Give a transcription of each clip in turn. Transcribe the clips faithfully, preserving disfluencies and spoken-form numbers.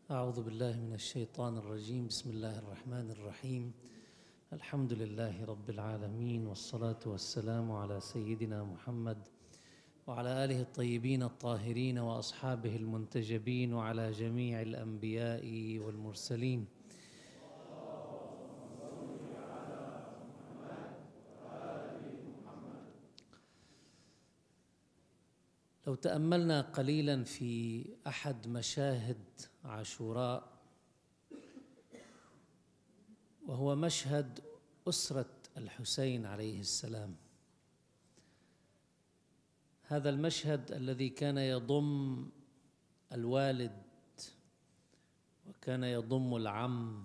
أعوذ بالله من الشيطان الرجيم. بسم الله الرحمن الرحيم. الحمد لله رب العالمين، والصلاة والسلام على سيدنا محمد وعلى آله الطيبين الطاهرين وأصحابه المنتجبين وعلى جميع الأنبياء والمرسلين. لو تأملنا قليلا في أحد مشاهد عاشوراء، وهو مشهد أسرة الحسين عليه السلام، هذا المشهد الذي كان يضم الوالد وكان يضم العم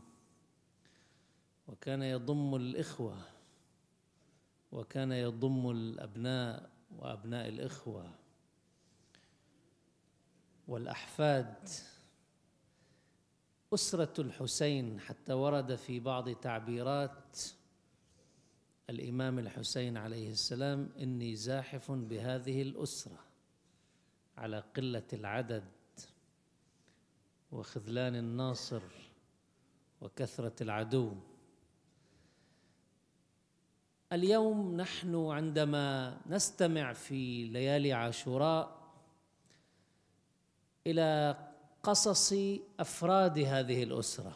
وكان يضم الإخوة وكان يضم الأبناء وأبناء الإخوة والأحفاد. أسرة الحسين، حتى ورد في بعض تعبيرات الإمام الحسين عليه السلام: إني زاحف بهذه الأسرة، على قلة العدد وخذلان الناصر وكثرة العدو. اليوم نحن عندما نستمع في ليالي عاشوراء إلى قصص أفراد هذه الأسرة،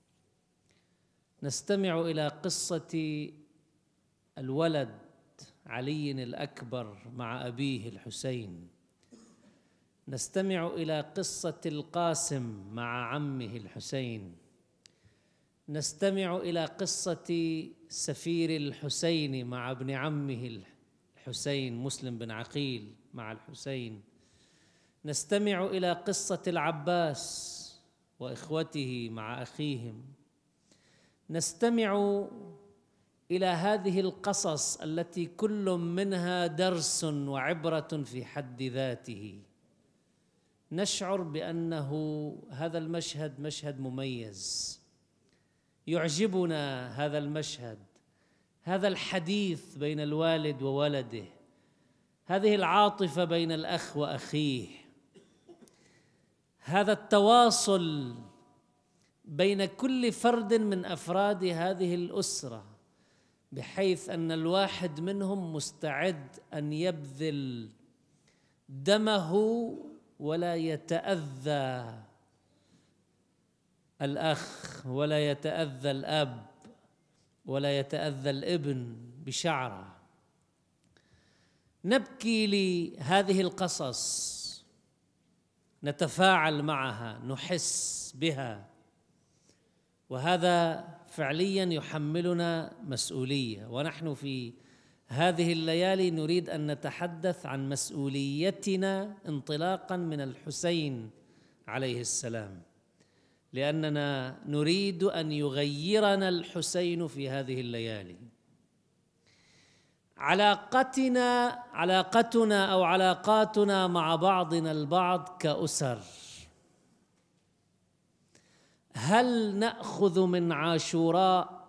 نستمع إلى قصة الولد علي الأكبر مع أبيه الحسين، نستمع إلى قصة القاسم مع عمه الحسين، نستمع إلى قصة سفير الحسين مع ابن عمه الحسين مسلم بن عقيل مع الحسين، نستمع إلى قصة العباس وإخوته مع أخيهم، نستمع إلى هذه القصص التي كل منها درس وعبرة في حد ذاته. نشعر بأنه هذا المشهد مشهد مميز، يعجبنا هذا المشهد، هذا الحديث بين الوالد وولده، هذه العاطفة بين الأخ وأخيه، هذا التواصل بين كل فرد من أفراد هذه الأسرة، بحيث أن الواحد منهم مستعد أن يبذل دمه ولا يتأذى الأخ ولا يتأذى الأب ولا يتأذى الابن بشعره. نبكي لهذه القصص، نتفاعل معها، نحس بها، وهذا فعليا يحملنا مسؤولية. ونحن في هذه الليالي نريد أن نتحدث عن مسؤوليتنا انطلاقا من الحسين عليه السلام، لأننا نريد أن يغيرنا الحسين في هذه الليالي. علاقتنا علاقتنا أو علاقاتنا مع بعضنا البعض كأسر، هل نأخذ من عاشوراء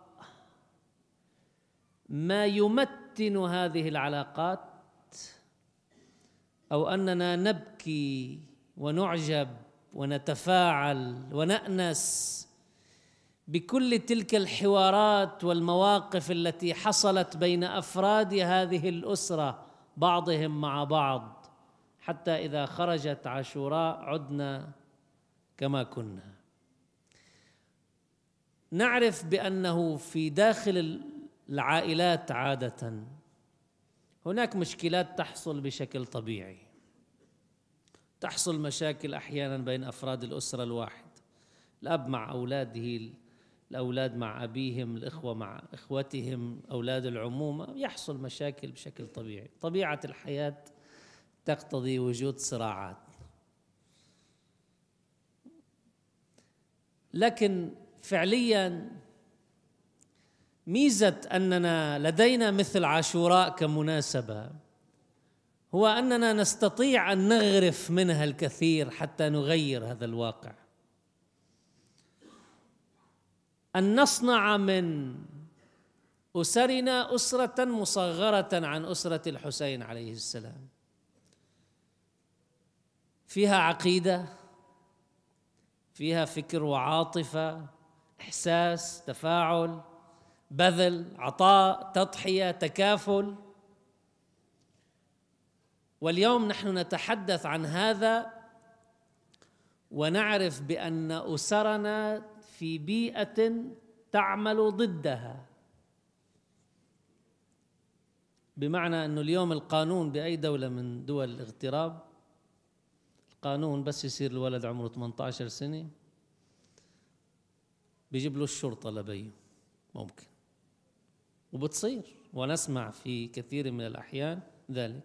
ما يمتن هذه العلاقات، أو أننا نبكي ونعجب ونتفاعل ونأنس بكل تلك الحوارات والمواقف التي حصلت بين أفراد هذه الأسرة بعضهم مع بعض، حتى إذا خرجت عاشوراء عدنا كما كنا؟ نعرف بأنه في داخل العائلات عادة هناك مشكلات تحصل بشكل طبيعي، تحصل مشاكل أحيانا بين أفراد الأسرة الواحد، الأب مع أولاده، الأولاد مع أبيهم، الإخوة مع إخوتهم، أولاد العمومة، يحصل مشاكل بشكل طبيعي. طبيعة الحياة تقتضي وجود صراعات، لكن فعليا ميزة أننا لدينا مثل عاشوراء كمناسبة هو أننا نستطيع أن نغرف منها الكثير حتى نغير هذا الواقع، أن نصنع من أسرنا أسرة مصغرة عن أسرة الحسين عليه السلام، فيها عقيدة، فيها فكر وعاطفة، إحساس، تفاعل، بذل، عطاء، تضحية، تكافل. واليوم نحن نتحدث عن هذا ونعرف بأن أسرنا في بيئة تعمل ضدها، بمعنى أنه اليوم القانون بأي دولة من دول الاغتراب، القانون بس يصير الولد عمره ثمانية عشر سنة بيجيب له الشرطة لبيه، ممكن، وبتصير، ونسمع في كثير من الأحيان ذلك.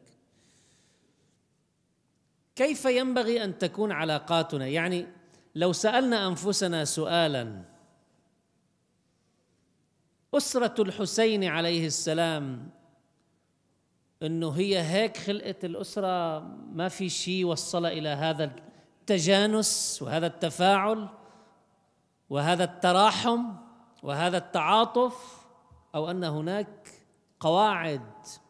كيف ينبغي أن تكون علاقاتنا؟ يعني لو سألنا أنفسنا سؤالاً: أسرة الحسين عليه السلام إنه هي هيك خلقت الأسرة، ما في شيء وصل إلى هذا التجانس وهذا التفاعل وهذا التراحم وهذا التعاطف، أو أن هناك قواعد؟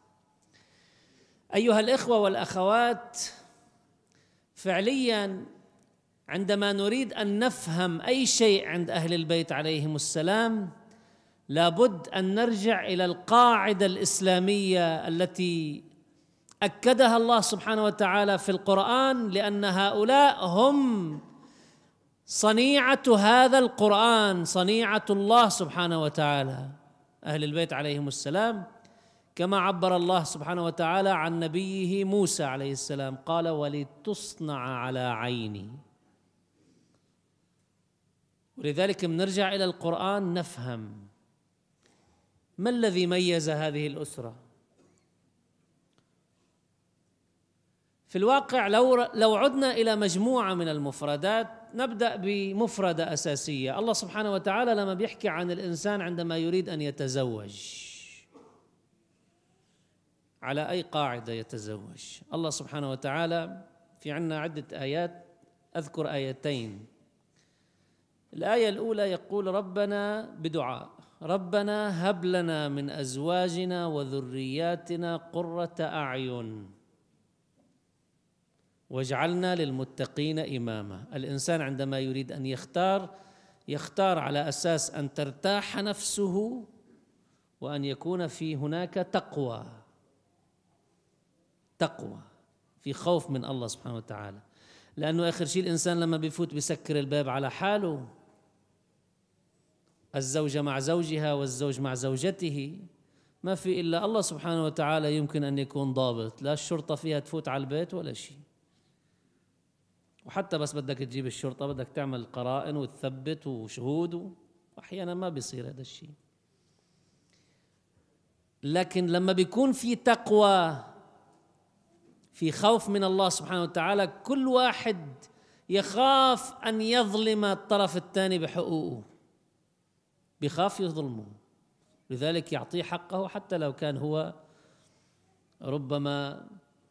أيها الإخوة والأخوات، فعلياً عندما نريد أن نفهم أي شيء عند أهل البيت عليهم السلام لابد أن نرجع إلى القاعدة الإسلامية التي أكدها الله سبحانه وتعالى في القرآن، لأن هؤلاء هم صنيعة هذا القرآن، صنيعة الله سبحانه وتعالى، أهل البيت عليهم السلام، كما عبر الله سبحانه وتعالى عن نبيه موسى عليه السلام، قال: ولتصنع على عيني. ولذلك بنرجع إلى القرآن نفهم ما الذي ميز هذه الأسرة. في الواقع لو لو عدنا إلى مجموعة من المفردات، نبدأ بمفردة أساسية. الله سبحانه وتعالى لما بيحكي عن الإنسان عندما يريد أن يتزوج، على أي قاعدة يتزوج؟ الله سبحانه وتعالى في عنا عدة آيات، أذكر آيتين. الآية الأولى يقول ربنا بدعاء: ربنا هب لنا من أزواجنا وذرياتنا قرة أعين واجعلنا للمتقين إماما. الإنسان عندما يريد أن يختار، يختار على أساس أن ترتاح نفسه وأن يكون في هناك تقوى، تقوى في خوف من الله سبحانه وتعالى. لأنه آخر شيء الإنسان لما بيفوت بيسكر الباب على حاله، الزوجة مع زوجها والزوج مع زوجته، ما في إلا الله سبحانه وتعالى يمكن أن يكون ضابط، لا الشرطة فيها تفوت على البيت ولا شيء. وحتى بس بدك تجيب الشرطة بدك تعمل قرائن وتثبت وشهود، وأحيانا ما بيصير هذا الشيء. لكن لما بيكون في تقوى، في خوف من الله سبحانه وتعالى، كل واحد يخاف أن يظلم الطرف الثاني بحقوقه، بخاف يظلمه، لذلك يعطيه حقه حتى لو كان هو ربما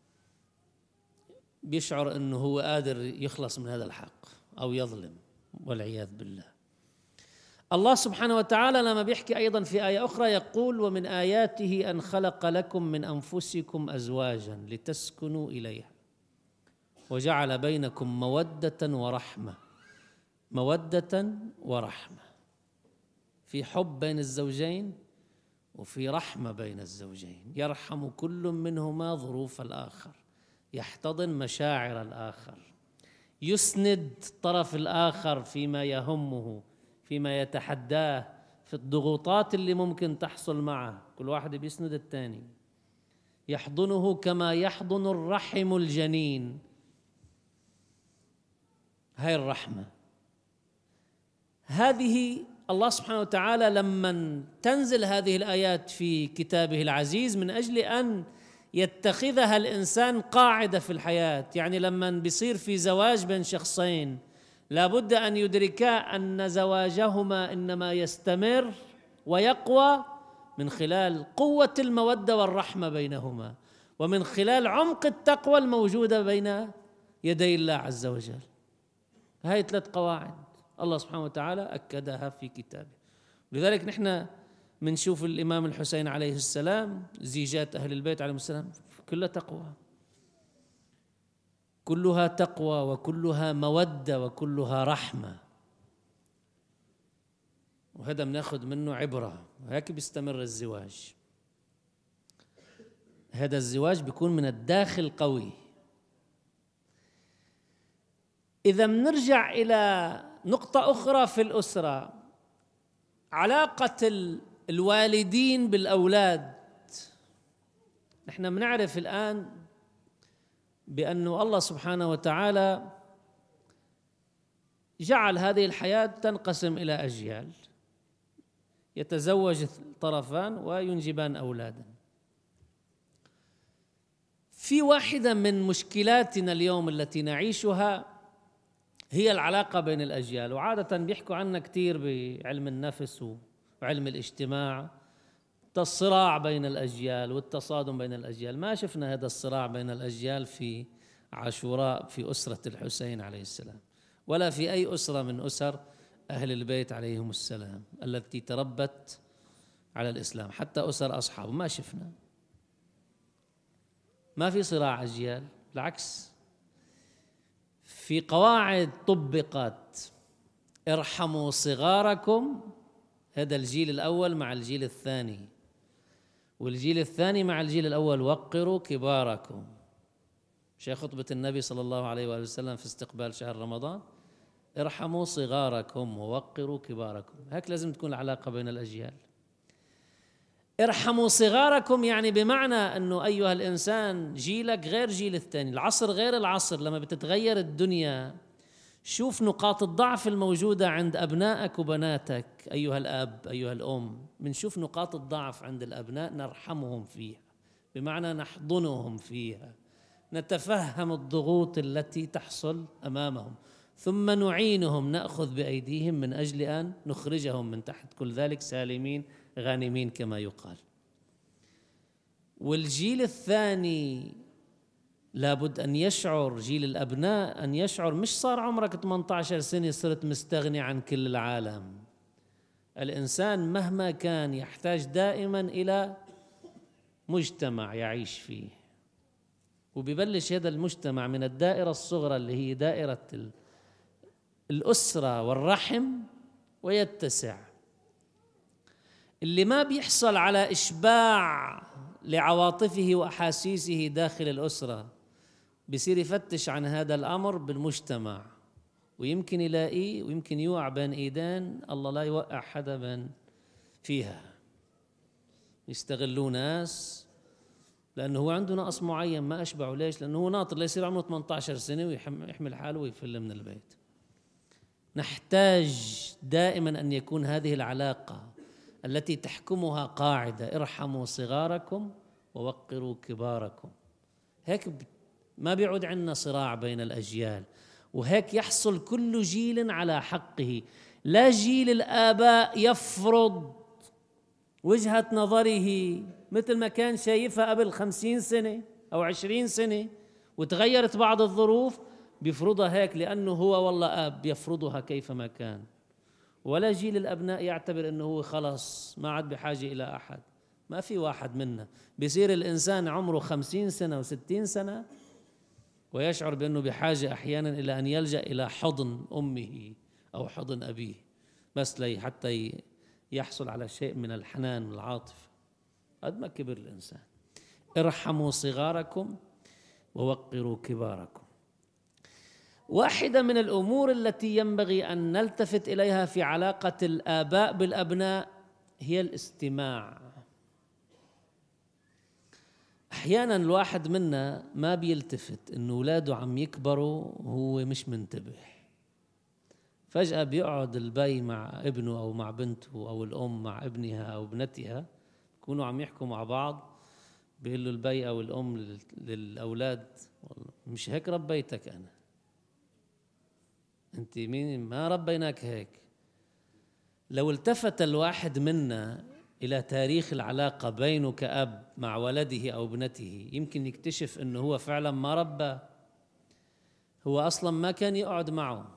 بيشعر أنه هو قادر يخلص من هذا الحق أو يظلم، والعياذ بالله. الله سبحانه وتعالى لما بيحكي أيضا في آية أخرى يقول: ومن آياته أن خلق لكم من أنفسكم أزواجا لتسكنوا إليها وجعل بينكم مودة ورحمة. مودة ورحمة، في حب بين الزوجين وفي رحمة بين الزوجين، يرحم كل منهما ظروف الآخر، يحتضن مشاعر الآخر، يسند الطرف الآخر فيما يهمه، فيما يتحداه، في الضغوطات اللي ممكن تحصل معه، كل واحد بيسند الثاني، يحضنه كما يحضن الرحم الجنين. هاي الرحمة. هذه الله سبحانه وتعالى لما تنزل هذه الآيات في كتابه العزيز من أجل أن يتخذها الإنسان قاعدة في الحياة. يعني لما بيصير في زواج بين شخصين لابد أن يدركا أن زواجهما إنما يستمر ويقوى من خلال قوة المودة والرحمة بينهما، ومن خلال عمق التقوى الموجودة بين يدي الله عز وجل. هاي ثلاث قواعد الله سبحانه وتعالى أكدها في كتابه. لذلك نحن منشوف الإمام الحسين عليه السلام، زيجات أهل البيت عليهم السلام كلها تقوى. كلها تقوى وكلها مودة وكلها رحمة، وهذا بناخذ منه عبرة، وهيك بيستمر الزواج. هذا الزواج بيكون من الداخل قوي. إذا بنرجع إلى نقطة أخرى في الأسرة، علاقة الوالدين بالأولاد. نحن بنعرف الآن بأن الله سبحانه وتعالى جعل هذه الحياة تنقسم إلى أجيال، يتزوج الطرفان وينجبان أولادا. في واحدة من مشكلاتنا اليوم التي نعيشها هي العلاقة بين الأجيال، وعادة بيحكوا عنها كتير بعلم النفس وعلم الاجتماع، الصراع بين الأجيال والتصادم بين الأجيال. ما شفنا هذا الصراع بين الأجيال في عاشوراء في أسرة الحسين عليه السلام، ولا في أي أسرة من أسر أهل البيت عليهم السلام التي تربت على الإسلام، حتى أسر أصحابه ما شفنا. ما في صراع أجيال، بالعكس في قواعد طبقت: ارحموا صغاركم، هذا الجيل الأول مع الجيل الثاني، والجيل الثاني مع الجيل الأول، وقروا كباركم. شيخ خطبة النبي صلى الله عليه وآله وسلم في استقبال شهر رمضان: ارحموا صغاركم ووقروا كباركم. هيك لازم تكون العلاقة بين الأجيال. ارحموا صغاركم يعني بمعنى أنه أيها الإنسان جيلك غير جيل الثاني، العصر غير العصر، لما بتتغير الدنيا شوف نقاط الضعف الموجودة عند أبنائك وبناتك أيها الأب أيها الأم. بنشوف نقاط الضعف عند الأبناء نرحمهم فيها، بمعنى نحضنهم فيها، نتفهم الضغوط التي تحصل أمامهم، ثم نعينهم، نأخذ بأيديهم من أجل أن نخرجهم من تحت كل ذلك سالمين غانمين كما يقال. والجيل الثاني لابد أن يشعر، جيل الأبناء أن يشعر مش صار عمرك ثمانية عشر سنة صرت مستغني عن كل العالم. الإنسان مهما كان يحتاج دائما إلى مجتمع يعيش فيه، وبيبلش هذا المجتمع من الدائرة الصغرى اللي هي دائرة الأسرة والرحم، ويتسع. اللي ما بيحصل على إشباع لعواطفه وأحاسيسه داخل الأسرة بيصير يفتش عن هذا الأمر بالمجتمع، ويمكن يلاقيه ويمكن يوقع بين إيدين الله لا يوقع حدا بين فيها. يستغلوا ناس لأنه هو عنده نقص معين ما أشبعه. ليش؟ لأنه هو ناطر ليصير عمره ثمانية عشر سنة ويحمل حاله ويفل من البيت. نحتاج دائما أن يكون هذه العلاقة التي تحكمها قاعدة: ارحموا صغاركم ووقروا كباركم. هيك ما بيعود عندنا صراع بين الأجيال، وهيك يحصل كل جيل على حقه. لا جيل الآباء يفرض وجهة نظره مثل ما كان شايفها قبل خمسين سنة أو عشرين سنة وتغيرت بعض الظروف بيفرضها هيك لأنه هو والله آب يفرضها كيفما كان. ولا جيل الأبناء يعتبر أنه هو خلاص ما عاد بحاجة إلى أحد. ما في واحد منا بيصير الإنسان عمره خمسين سنة وستين سنة ويشعر بأنه بحاجة أحيانا إلى أن يلجأ إلى حضن أمه أو حضن أبيه بس لي حتى يحصل على شيء من الحنان والعاطفة. قد ما كبر الإنسان. ارحموا صغاركم ووقروا كباركم. واحدة من الأمور التي ينبغي أن نلتفت إليها في علاقة الآباء بالأبناء هي الاستماع. أحيانا الواحد منا ما بيلتفت إنه أولاده عم يكبروا وهو مش منتبه. فجأة بيقعد البي مع ابنه أو مع بنته أو الأم مع ابنها أو ابنتها، يكونوا عم يحكوا مع بعض، بيقول له البي أو الأم للأولاد: والله مش هيك ربيتك أنا، أنت مين ما ربيناك هيك. لو التفت الواحد منا إلى تاريخ العلاقة بينه كأب مع ولده أو ابنته يمكن يكتشف أنه هو فعلا ما ربى. هو أصلا ما كان يقعد معه.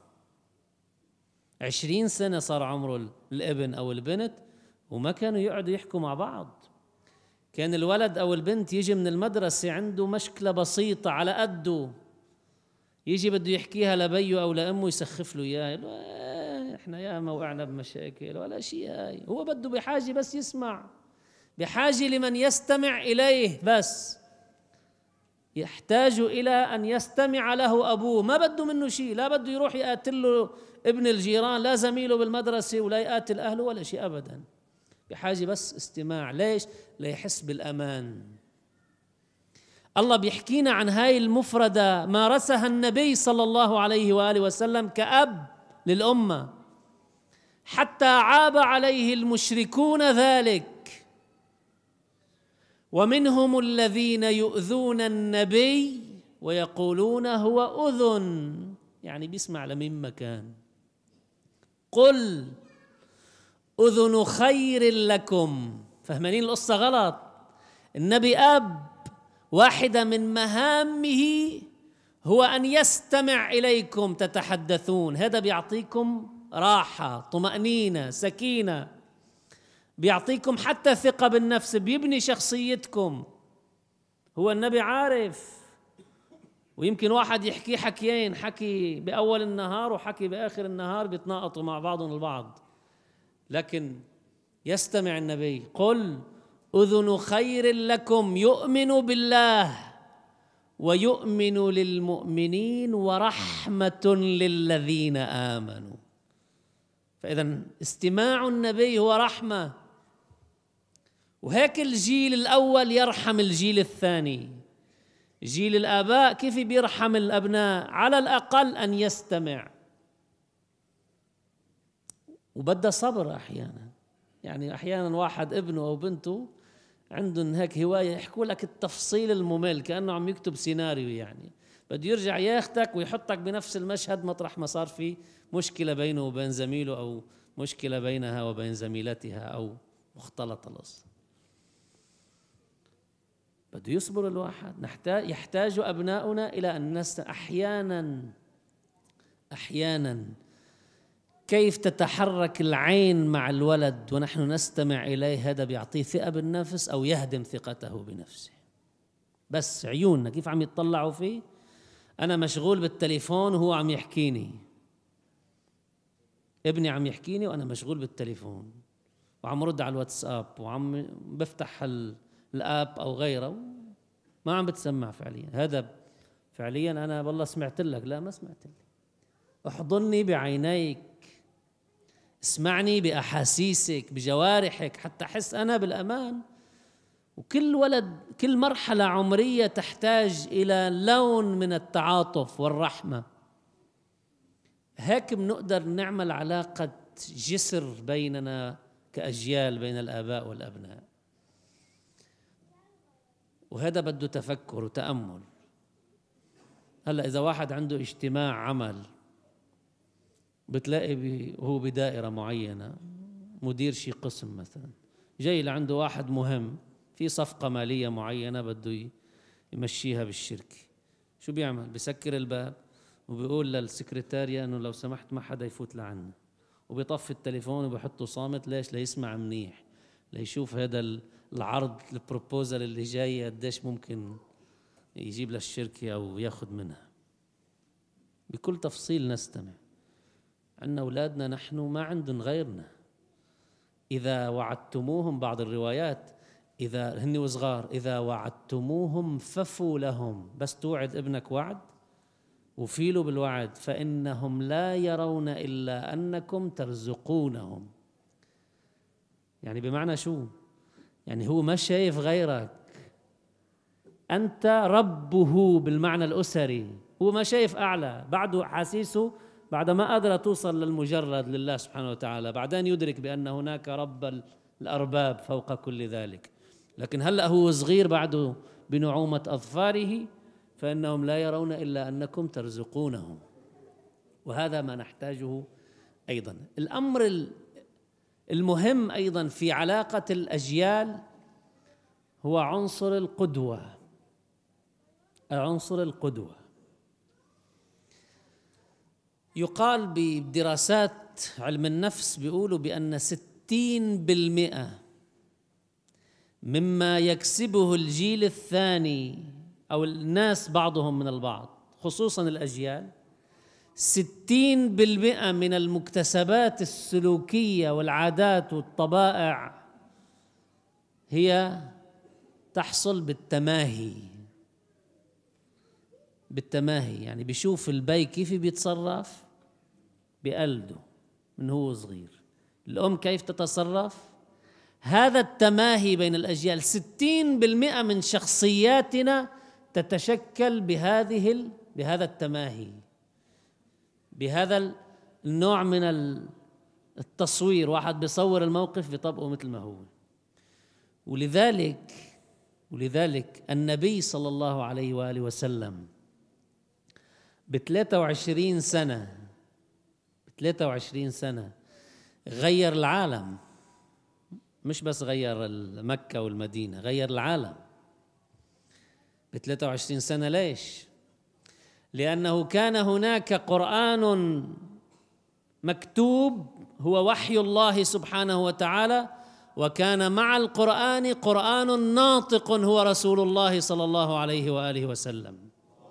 عشرين سنة صار عمره الابن أو البنت وما كانوا يقعدوا يحكوا مع بعض. كان الولد أو البنت يجي من المدرسة عنده مشكلة بسيطة على قده، يجي بده يحكيها لبيه أو لأمه يسخف له إياه، يقول له آه إحنا يا ما وقعنا بمشاكل ولا شيء، هاي هو بده بحاجة بس يسمع، بحاجة لمن يستمع إليه، بس يحتاج إلى أن يستمع له أبوه، ما بده منه شيء، لا بده يروح يقاتل له ابن الجيران، لا زميله بالمدرسة، ولا يقاتل أهله ولا شيء أبدا، بحاجة بس استماع. ليش؟ ليحس بالأمان. الله بيحكينا عن هاي المفردة مارسها النبي صلى الله عليه وآله وسلم كأب للأمة، حتى عاب عليه المشركون ذلك، ومنهم الذين يؤذون النبي ويقولون هو أذن، يعني بيسمع لمن مكان. قل أذن خير لكم. فهمانين القصة غلط. النبي أب، واحدة من مهامه هو أن يستمع إليكم تتحدثون، هذا بيعطيكم راحة، طمأنينة، سكينة، بيعطيكم حتى ثقة بالنفس، بيبني شخصيتكم. هو النبي عارف، ويمكن واحد يحكي حكيين، حكي بأول النهار وحكي بآخر النهار بيتناقضوا مع بعضهم البعض، لكن يستمع النبي. قل أذن خير لكم يؤمن بالله ويؤمن للمؤمنين ورحمة للذين آمنوا. فإذا استماع النبي هو رحمة، وهيك الجيل الأول يرحم الجيل الثاني. جيل الآباء كيف بيرحم الأبناء؟ على الأقل أن يستمع، وبدأ صبر. أحيانا يعني أحيانا واحد ابنه أو بنته عندهم هيك هواية يحكوا لك التفصيل الممل كأنه عم يكتب سيناريو، يعني بده يرجع ياخدك ويحطك بنفس المشهد مطرح ما صار في مشكلة بينه وبين زميله، أو مشكلة بينها وبين زميلتها، أو مختلط القصة. بده يصبر الواحد. نحتاج يحتاج أبناؤنا إلى أن نست أحيانا أحيانا كيف تتحرك العين مع الولد ونحن نستمع إليه، هذا بيعطيه ثقة بالنفس أو يهدم ثقته بنفسه. بس عيوننا كيف عم يتطلعوا فيه، أنا مشغول بالتليفون وهو عم يحكيني، ابني عم يحكيني وأنا مشغول بالتليفون وعم رد على الواتساب وعم بفتح الآب أو غيره، ما عم بتسمع فعليا. هذا فعليا أنا والله سمعت لك، لا ما سمعت لي. احضني بعينيك، اسمعني بأحاسيسك، بجوارحك، حتى أحس أنا بالأمان. وكل ولد، كل مرحلة عمرية تحتاج إلى لون من التعاطف والرحمة. هيك بنقدر نعمل علاقة جسر بيننا كأجيال، بين الآباء والأبناء. وهذا بده تفكر وتأمل. هلأ إذا واحد عنده اجتماع عمل، بتلاقي وهو بدائرة معينة، مدير شي قسم مثلا، جاي لعنده واحد مهم في صفقة مالية معينة بده يمشيها بالشركة، شو بيعمل؟ بيسكر الباب وبيقول للسكرتارية انه لو سمحت ما حدا يفوت لعنا، وبيطفي التليفون وبيحطه صامت. ليش؟ ليسمع منيح، ليشوف هذا العرض، البروبوزل اللي جاي قديش ممكن يجيب للشركة أو ياخد منها. بكل تفصيل نستمع. عندنا أولادنا نحن ما عندهم غيرنا. إذا وعدتموهم، بعض الروايات إذا هن وصغار، إذا وعدتموهم ففوا لهم، بس توعد ابنك وعد وفيلوا بالوعد، فإنهم لا يرون إلا أنكم ترزقونهم. يعني بمعنى شو؟ يعني هو ما شايف غيرك، أنت ربه بالمعنى الأسري، هو ما شايف أعلى، بعده حاسيسه بعد ما قادر توصل للمجرد لله سبحانه وتعالى، بعدين يدرك بأن هناك رب الأرباب فوق كل ذلك. لكن هلأ هو صغير بعده بنعومة أظفاره، فإنهم لا يرون إلا أنكم ترزقونهم. وهذا ما نحتاجه أيضا. الأمر المهم أيضا في علاقة الأجيال هو عنصر القدوة. عنصر القدوة يقال بدراسات علم النفس، بيقولوا بأن ستين بالمئة مما يكسبه الجيل الثاني أو الناس بعضهم من البعض، خصوصا الأجيال، ستين بالمئة من المكتسبات السلوكية والعادات والطبائع هي تحصل بالتماهي. بالتماهي يعني بيشوف البي كيف بيتصرف بقلده من هو صغير، الأم كيف تتصرف. هذا التماهي بين الأجيال، ستين بالمئة من شخصياتنا تتشكل بهذه ال... بهذا التماهي، بهذا النوع من التصوير. واحد بيصور الموقف بيطبقه مثل ما هو. ولذلك ولذلك النبي صلى الله عليه وآله وسلم بثلاثة وعشرين سنة بثلاثة وعشرين سنة غير العالم. مش بس غير مكة والمدينة، غير العالم بثلاثة وعشرين سنة. ليش؟ لأنه كان هناك قرآن مكتوب هو وحي الله سبحانه وتعالى، وكان مع القرآن قرآن ناطق هو رسول الله صلى الله عليه وآله وسلم.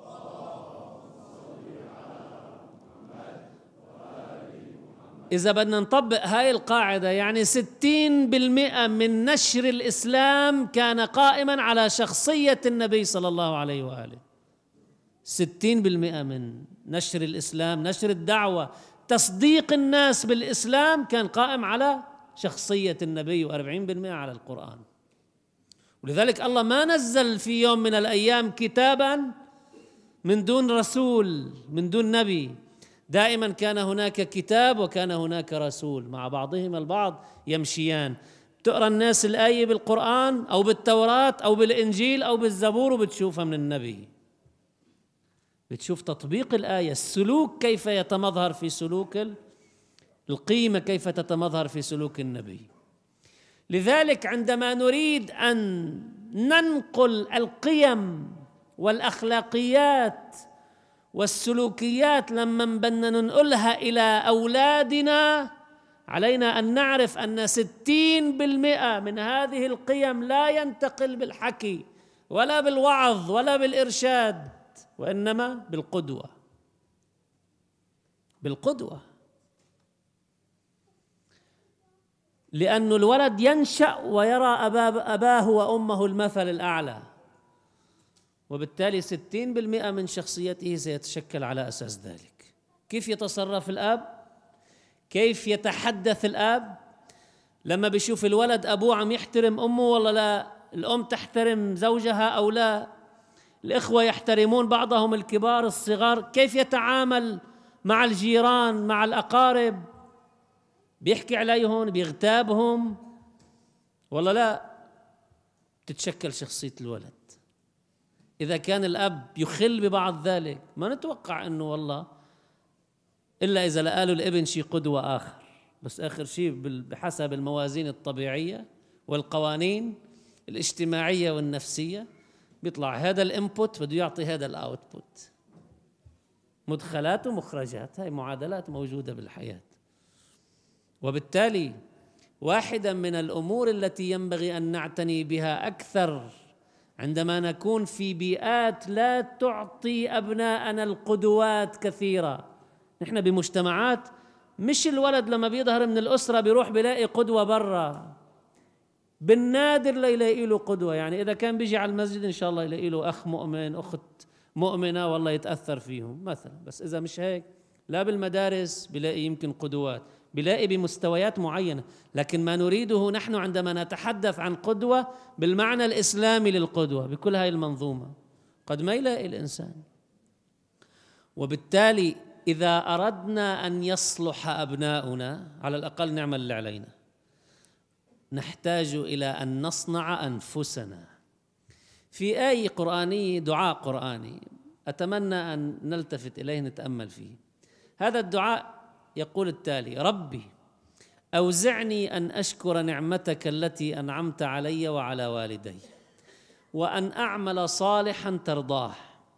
إذا بدنا نطبق هاي القاعدة، يعني ستين بالمئة من نشر الإسلام كان قائما على شخصية النبي صلى الله عليه وآله. ستين بالمئة من نشر الإسلام، نشر الدعوة، تصديق الناس بالإسلام كان قائم على شخصية النبي، وأربعين بالمئة على القرآن. ولذلك الله ما نزل في يوم من الأيام كتابا من دون رسول، من دون نبي. دائما كان هناك كتاب وكان هناك رسول، مع بعضهما البعض يمشيان. تقرأ الناس الآية بالقرآن أو بالتوراة أو بالإنجيل أو بالزبور وبتشوفها من النبي، بتشوف تطبيق الآية، السلوك كيف يتمظهر في سلوك القيمة، كيف تتمظهر في سلوك النبي. لذلك عندما نريد أن ننقل القيم والأخلاقيات والسلوكيات لما بدنا ننقلها إلى أولادنا، علينا أن نعرف أن ستين بالمئة من هذه القيم لا ينتقل بالحكي ولا بالوعظ ولا بالإرشاد، وإنما بالقدوة. بالقدوة، لأن الولد ينشأ ويرى أباه وأمه المثل الأعلى، وبالتالي ستين بالمئة من شخصيته سيتشكل على أساس ذلك. كيف يتصرف الأب؟ كيف يتحدث الأب؟ لما بيشوف الولد أبوه عم يحترم أمه ولا لا، الأم تحترم زوجها أو لا، الإخوة يحترمون بعضهم الكبار الصغار، كيف يتعامل مع الجيران مع الأقارب، بيحكي عليهم بيغتابهم ولا لا، تتشكل شخصية الولد. إذا كان الأب يخل ببعض ذلك، ما نتوقع أنه والله إلا إذا لقالوا الابن شيء قدوة آخر، بس آخر شيء بحسب الموازين الطبيعية والقوانين الاجتماعية والنفسية بيطلع هذا الانبوت بده يعطي هذا الاوتبوت، مدخلات ومخرجات، هاي معادلات موجودة بالحياة. وبالتالي واحدة من الأمور التي ينبغي أن نعتني بها أكثر عندما نكون في بيئات لا تعطي أبناءنا القدوات كثيرة. نحن بمجتمعات مش الولد لما بيظهر من الأسرة بيروح بيلاقي قدوة برا، بالنادر لا يلاقي له قدوة. يعني إذا كان بيجي على المسجد إن شاء الله يلاقي له أخ مؤمن، أخت مؤمنة، والله يتأثر فيهم مثلا. بس إذا مش هيك، لا بالمدارس بيلاقي يمكن قدوات، بيلاقي بمستويات معينة. لكن ما نريده نحن عندما نتحدث عن قدوة بالمعنى الإسلامي للقدوة بكل هاي المنظومة قد ما يلاقي الإنسان. وبالتالي إذا أردنا أن يصلح أبناؤنا، على الأقل نعمل اللي علينا، نحتاج إلى أن نصنع أنفسنا. في آية قرآنية، دعاء قرآني أتمنى أن نلتفت إليه نتأمل فيه. هذا الدعاء يقول التالي: ربي أوزعني أن أشكر نعمتك التي أنعمت علي وعلى والدي، وأن أعمل صالحا ترضاه،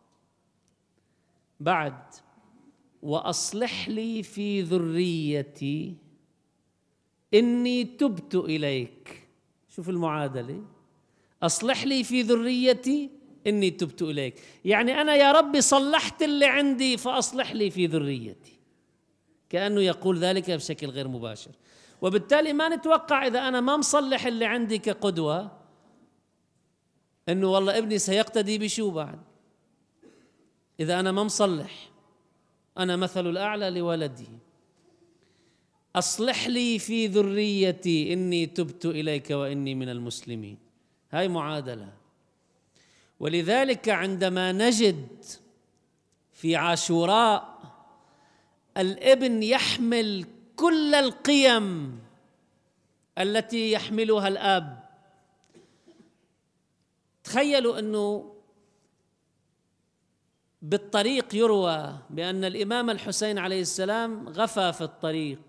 بعد وأصلح لي في ذريتي إني تبت إليك. شوف المعادلة، أصلح لي في ذريتي إني تبت إليك، يعني أنا يا ربي صلحت اللي عندي فأصلح لي في ذريتي، كأنه يقول ذلك بشكل غير مباشر. وبالتالي ما نتوقع إذا أنا ما مصلح اللي عندي كقدوة إنه والله ابني سيقتدي بشو بعد. إذا أنا ما مصلح، أنا مثل الأعلى لولدي، أصلح لي في ذريتي إني تبت إليك وإني من المسلمين. هاي معادلة. ولذلك عندما نجد في عاشوراء الابن يحمل كل القيم التي يحملها الأب، تخيلوا أنه بالطريق يروى بأن الإمام الحسين عليه السلام غفى في الطريق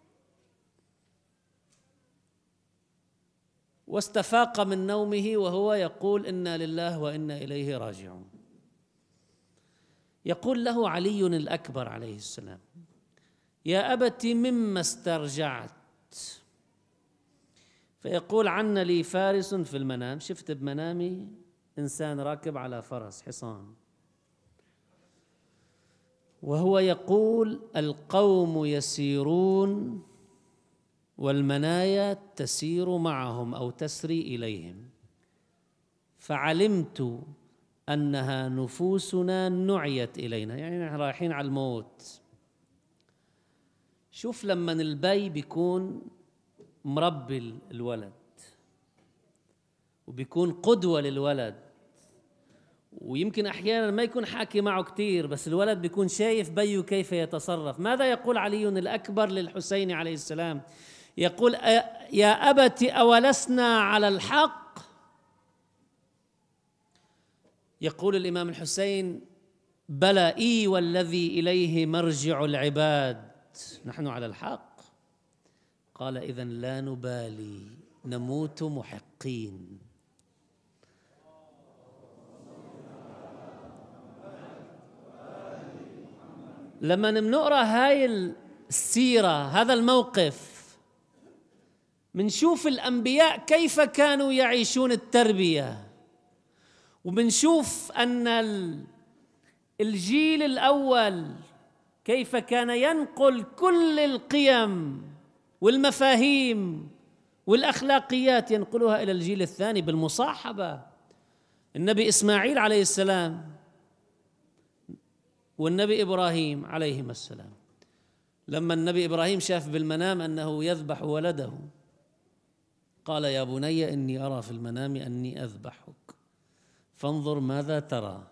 واستفاق من نومه وهو يقول إنا لله وإنا إليه راجعون. يقول له علي الأكبر عليه السلام: يا أبت مما استرجعت؟ فيقول: عن لي فارس في المنام، شفت بمنامي إنسان راكب على فرس حصان، وهو يقول: القوم يسيرون والمنايا تسير معهم أو تسري إليهم، فعلمت أنها نفوسنا نعيت إلينا، يعني نحن رايحين على الموت. شوف لما البي بيكون مربي الولد وبيكون قدوة للولد، ويمكن أحيانا ما يكون حاكي معه كتير، بس الولد بيكون شايف بيه كيف يتصرف. ماذا يقول علي الأكبر للحسين عليه السلام؟ يقول: يا أبت أولسنا على الحق؟ يقول الإمام الحسين: بلى، إي والذي إليه مرجع العباد، نحن على الحق. قال: إذن لا نبالي، نموت محقين. لما بنقرأ هاي السيرة، هذا الموقف، منشوف الأنبياء كيف كانوا يعيشون التربية، وبنشوف أن الجيل الأول كيف كان ينقل كل القيم والمفاهيم والأخلاقيات، ينقلها إلى الجيل الثاني بالمصاحبة. النبي إسماعيل عليه السلام والنبي إبراهيم عليهما السلام، لما النبي إبراهيم شاف بالمنام أنه يذبح ولده قال: يا بني إني أرى في المنام أني أذبحك فانظر ماذا ترى.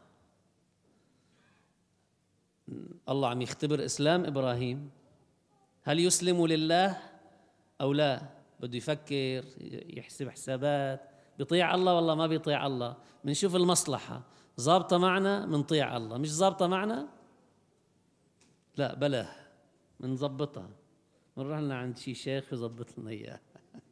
الله عم يختبر إسلام إبراهيم، هل يسلم لله أو لا؟ بده يفكر، يحسب حسابات، بيطيع الله والله ما بيطيع الله. منشوف المصلحة ضابطة معنا منطيع الله، مش ضابطة معنا لا بلا منظبطها، منروح لنا عند شي شيخ يظبط لنا إياه.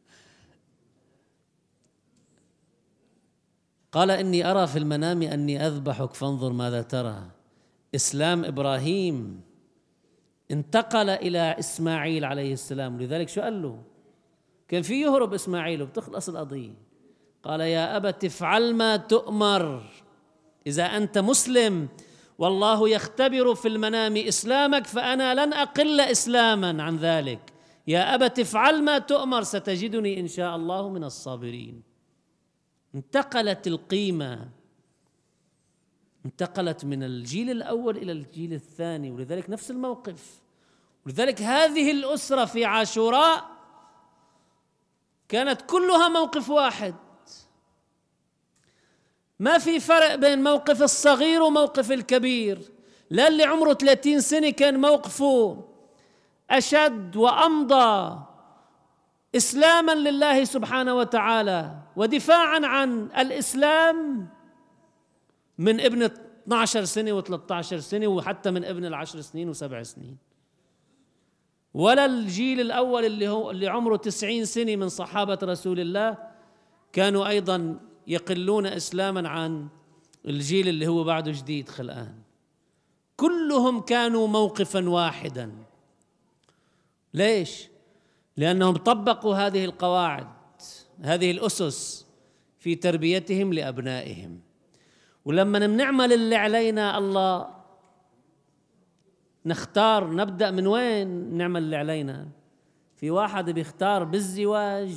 قال: إني أرى في المنام أني أذبحك فانظر ماذا ترى. إسلام إبراهيم انتقل إلى إسماعيل عليه السلام، لذلك شو قال له؟ كان في يهرب إسماعيل وبتخلص القضية. قال: يا أبت افعل ما تؤمر، إذا أنت مسلم والله يختبر في المنام إسلامك فأنا لن أقل إسلاما عن ذلك. يا أبت افعل ما تؤمر ستجدني إن شاء الله من الصابرين. انتقلت القيمة، انتقلت من الجيل الأول إلى الجيل الثاني، ولذلك نفس الموقف. ولذلك هذه الأسرة في عاشوراء كانت كلها موقف واحد، ما في فرق بين موقف الصغير وموقف الكبير. لا اللي عمره ثلاثين سنة كان موقفه أشد وأمضى إسلاما لله سبحانه وتعالى ودفاعا عن الإسلام من ابن اثني عشر سنة وثلاثة عشر سنة وحتى من ابن العشر سنين وسبع سنين. ولا الجيل الأول اللي هو اللي عمره تسعين سنة من صحابة رسول الله كانوا أيضا يقلون إسلاما عن الجيل اللي هو بعده جديد خلقان. كلهم كانوا موقفا واحدا. ليش؟ لأنهم طبقوا هذه القواعد، هذه الأسس في تربيتهم لأبنائهم. ولما بنعمل اللي علينا الله نختار نبدأ من وين نعمل اللي علينا. في واحد بيختار بالزواج،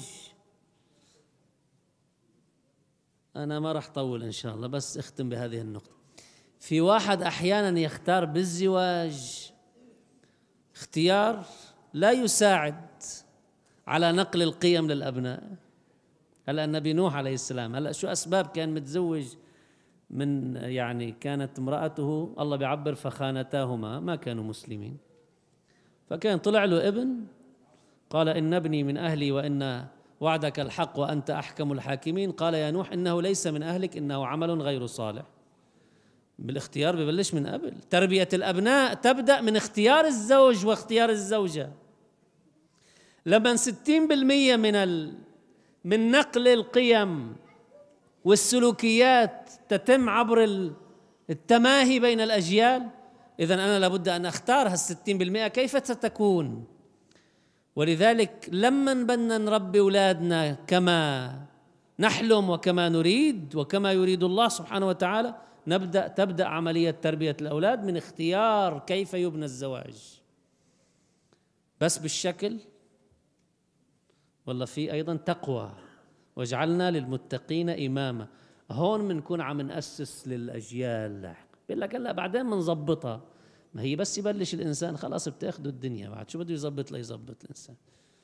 أنا ما رح طول إن شاء الله بس أختم بهذه النقطة. في واحد أحيانا يختار بالزواج اختيار لا يساعد على نقل القيم للأبناء. هلأ النبي نوح عليه السلام، هلأ شو أسباب كان متزوج من، يعني كانت امرأته الله بيعبر فخانتاهما، ما كانوا مسلمين، فكان طلع له ابن قال إن ابني من أهلي وإن وعدك الحق وأنت أحكم الحاكمين. قال يا نوح إنه ليس من أهلك إنه عمل غير صالح. بالاختيار ببلش من قبل. تربية الأبناء تبدأ من اختيار الزوج واختيار الزوجة. لما ستين بالمئة من ال... من نقل القيم والسلوكيات تتم عبر التماهي بين الأجيال، إذن أنا لابد أن أختار هالستين بالمئة كيف ستكون. ولذلك لما بدنا نربي أولادنا كما نحلم وكما نريد وكما يريد الله سبحانه وتعالى، نبدأ تبدأ عملية تربية الأولاد من اختيار كيف يبنى الزواج. بس بالشكل والله في أيضا تقوى، وجعلنا للمتقين إماما. هون بنكون عم نأسس للأجيال لاحق. بيقول لك هلا بعدين بنظبطها، ما هي بس يبلش الإنسان خلاص بتاخده الدنيا، بعد شو بده يظبط ليظبط الإنسان.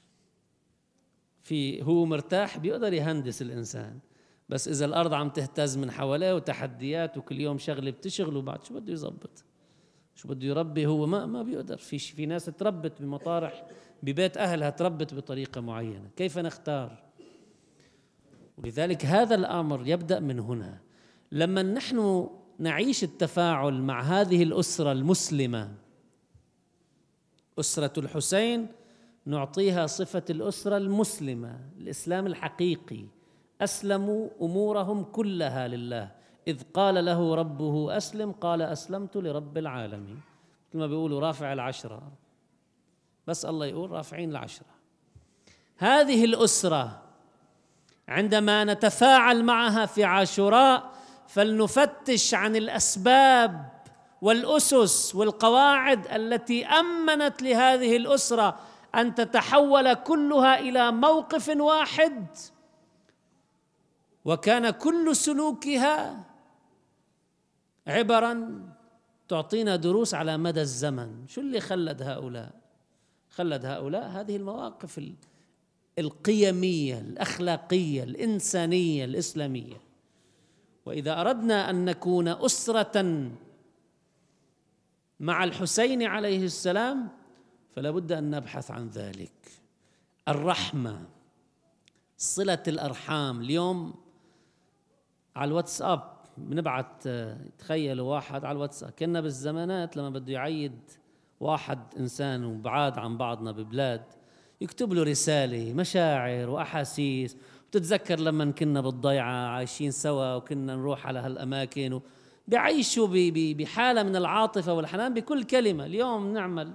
في هو مرتاح بيقدر يهندس الإنسان، بس إذا الأرض عم تهتز من حواليه وتحديات وكل يوم شغلة بتشغله، بعد شو بده يظبط، شو بده يربي هو ما ما بيقدر. في في ناس تربت بمطارح ببيت أهلها، تربت بطريقة معينة، كيف نختار؟ ولذلك هذا الأمر يبدأ من هنا. لما نحن نعيش التفاعل مع هذه الأسرة المسلمة، أسرة الحسين، نعطيها صفة الأسرة المسلمة، الإسلام الحقيقي. أسلموا أمورهم كلها لله، إذ قال له ربه أسلم قال أسلمت لرب العالمين. كما بيقولوا رافع العشرة، بس الله يقول رافعين العشرة. هذه الأسرة عندما نتفاعل معها في عاشوراء فلنفتش عن الأسباب والأسس والقواعد التي أمنت لهذه الأسرة أن تتحول كلها إلى موقف واحد، وكان كل سلوكها عبرا تعطينا دروس على مدى الزمن. شو اللي خلد هؤلاء؟ خلد هؤلاء هذه المواقف القيمية الأخلاقية الإنسانية الإسلامية. وإذا أردنا أن نكون أسرة مع الحسين عليه السلام فلا بد أن نبحث عن ذلك. الرحمة، صلة الأرحام. اليوم على الواتساب بنبعت، تخيلوا واحد على الواتساب، كنا بالزمانات لما بده يعيد واحد إنسان وبعاد عن بعضنا ببلاد يكتب له رسالة مشاعر وأحاسيس. بتتذكر لما كنا بالضيعة عايشين سوا وكنا نروح على هالأماكن بيعيشوا بحالة من العاطفة والحنان بكل كلمة. اليوم نعمل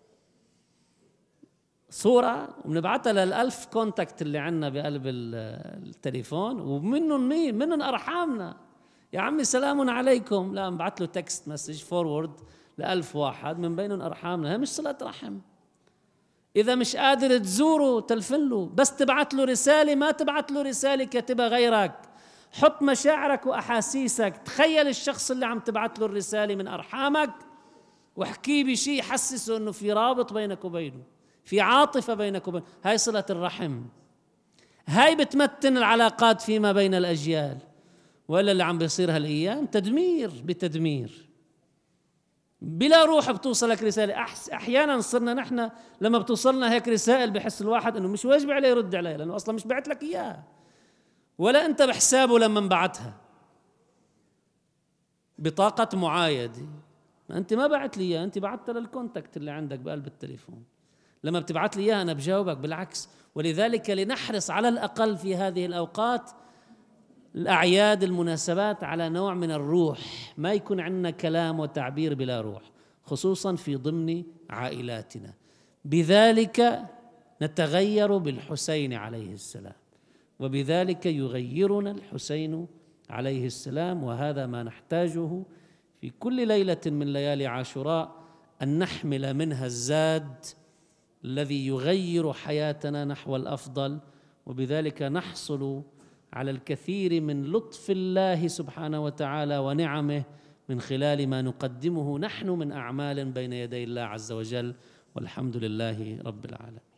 صورة وبنبعتها للألف كونتاكت اللي عنا بقلب التليفون، ومنهم مين؟ منهم أرحامنا. يا عمي سلام عليكم، لا نبعت له تكست مسج فورورد لألف واحد من بينهم أرحامنا. هي مش صلة رحم. إذا مش قادر تزوره تلفن له، بس تبعت له رسالة، ما تبعت له رسالة كاتبها غيرك. حط مشاعرك وأحاسيسك. تخيل الشخص اللي عم تبعت له الرسالة من أرحامك واحكيه بشيء يحسسه أنه في رابط بينك وبينه، في عاطفة بينك وبينه. هاي صلة الرحم، هاي بتمتن العلاقات فيما بين الأجيال. وإلا اللي عم بيصير هالأيام تدمير بتدمير، بلا روح بتوصلك رسالة. أحيانا صرنا نحن لما بتوصلنا هيك رسائل بحس الواحد أنه مش واجب عليه يرد عليها، لأنه أصلا مش بعت لك إياها ولا أنت بحسابه لما بعتها. بطاقة معايدة، ما أنت ما بعت لي إياها، أنت بعتها للكونتاكت اللي عندك بقلب التليفون. لما بتبعت لي إياها أنا بجاوبك بالعكس. ولذلك لنحرص على الأقل في هذه الأوقات الأعياد المناسبات على نوع من الروح، ما يكون عندنا كلام وتعبير بلا روح، خصوصا في ضمن عائلاتنا. بذلك نتغير بالحسين عليه السلام، وبذلك يغيرنا الحسين عليه السلام. وهذا ما نحتاجه في كل ليلة من ليالي عاشوراء، أن نحمل منها الزاد الذي يغير حياتنا نحو الأفضل، وبذلك نحصل على الكثير من لطف الله سبحانه وتعالى ونعمه من خلال ما نقدمه نحن من أعمال بين يدي الله عز وجل، والحمد لله رب العالمين.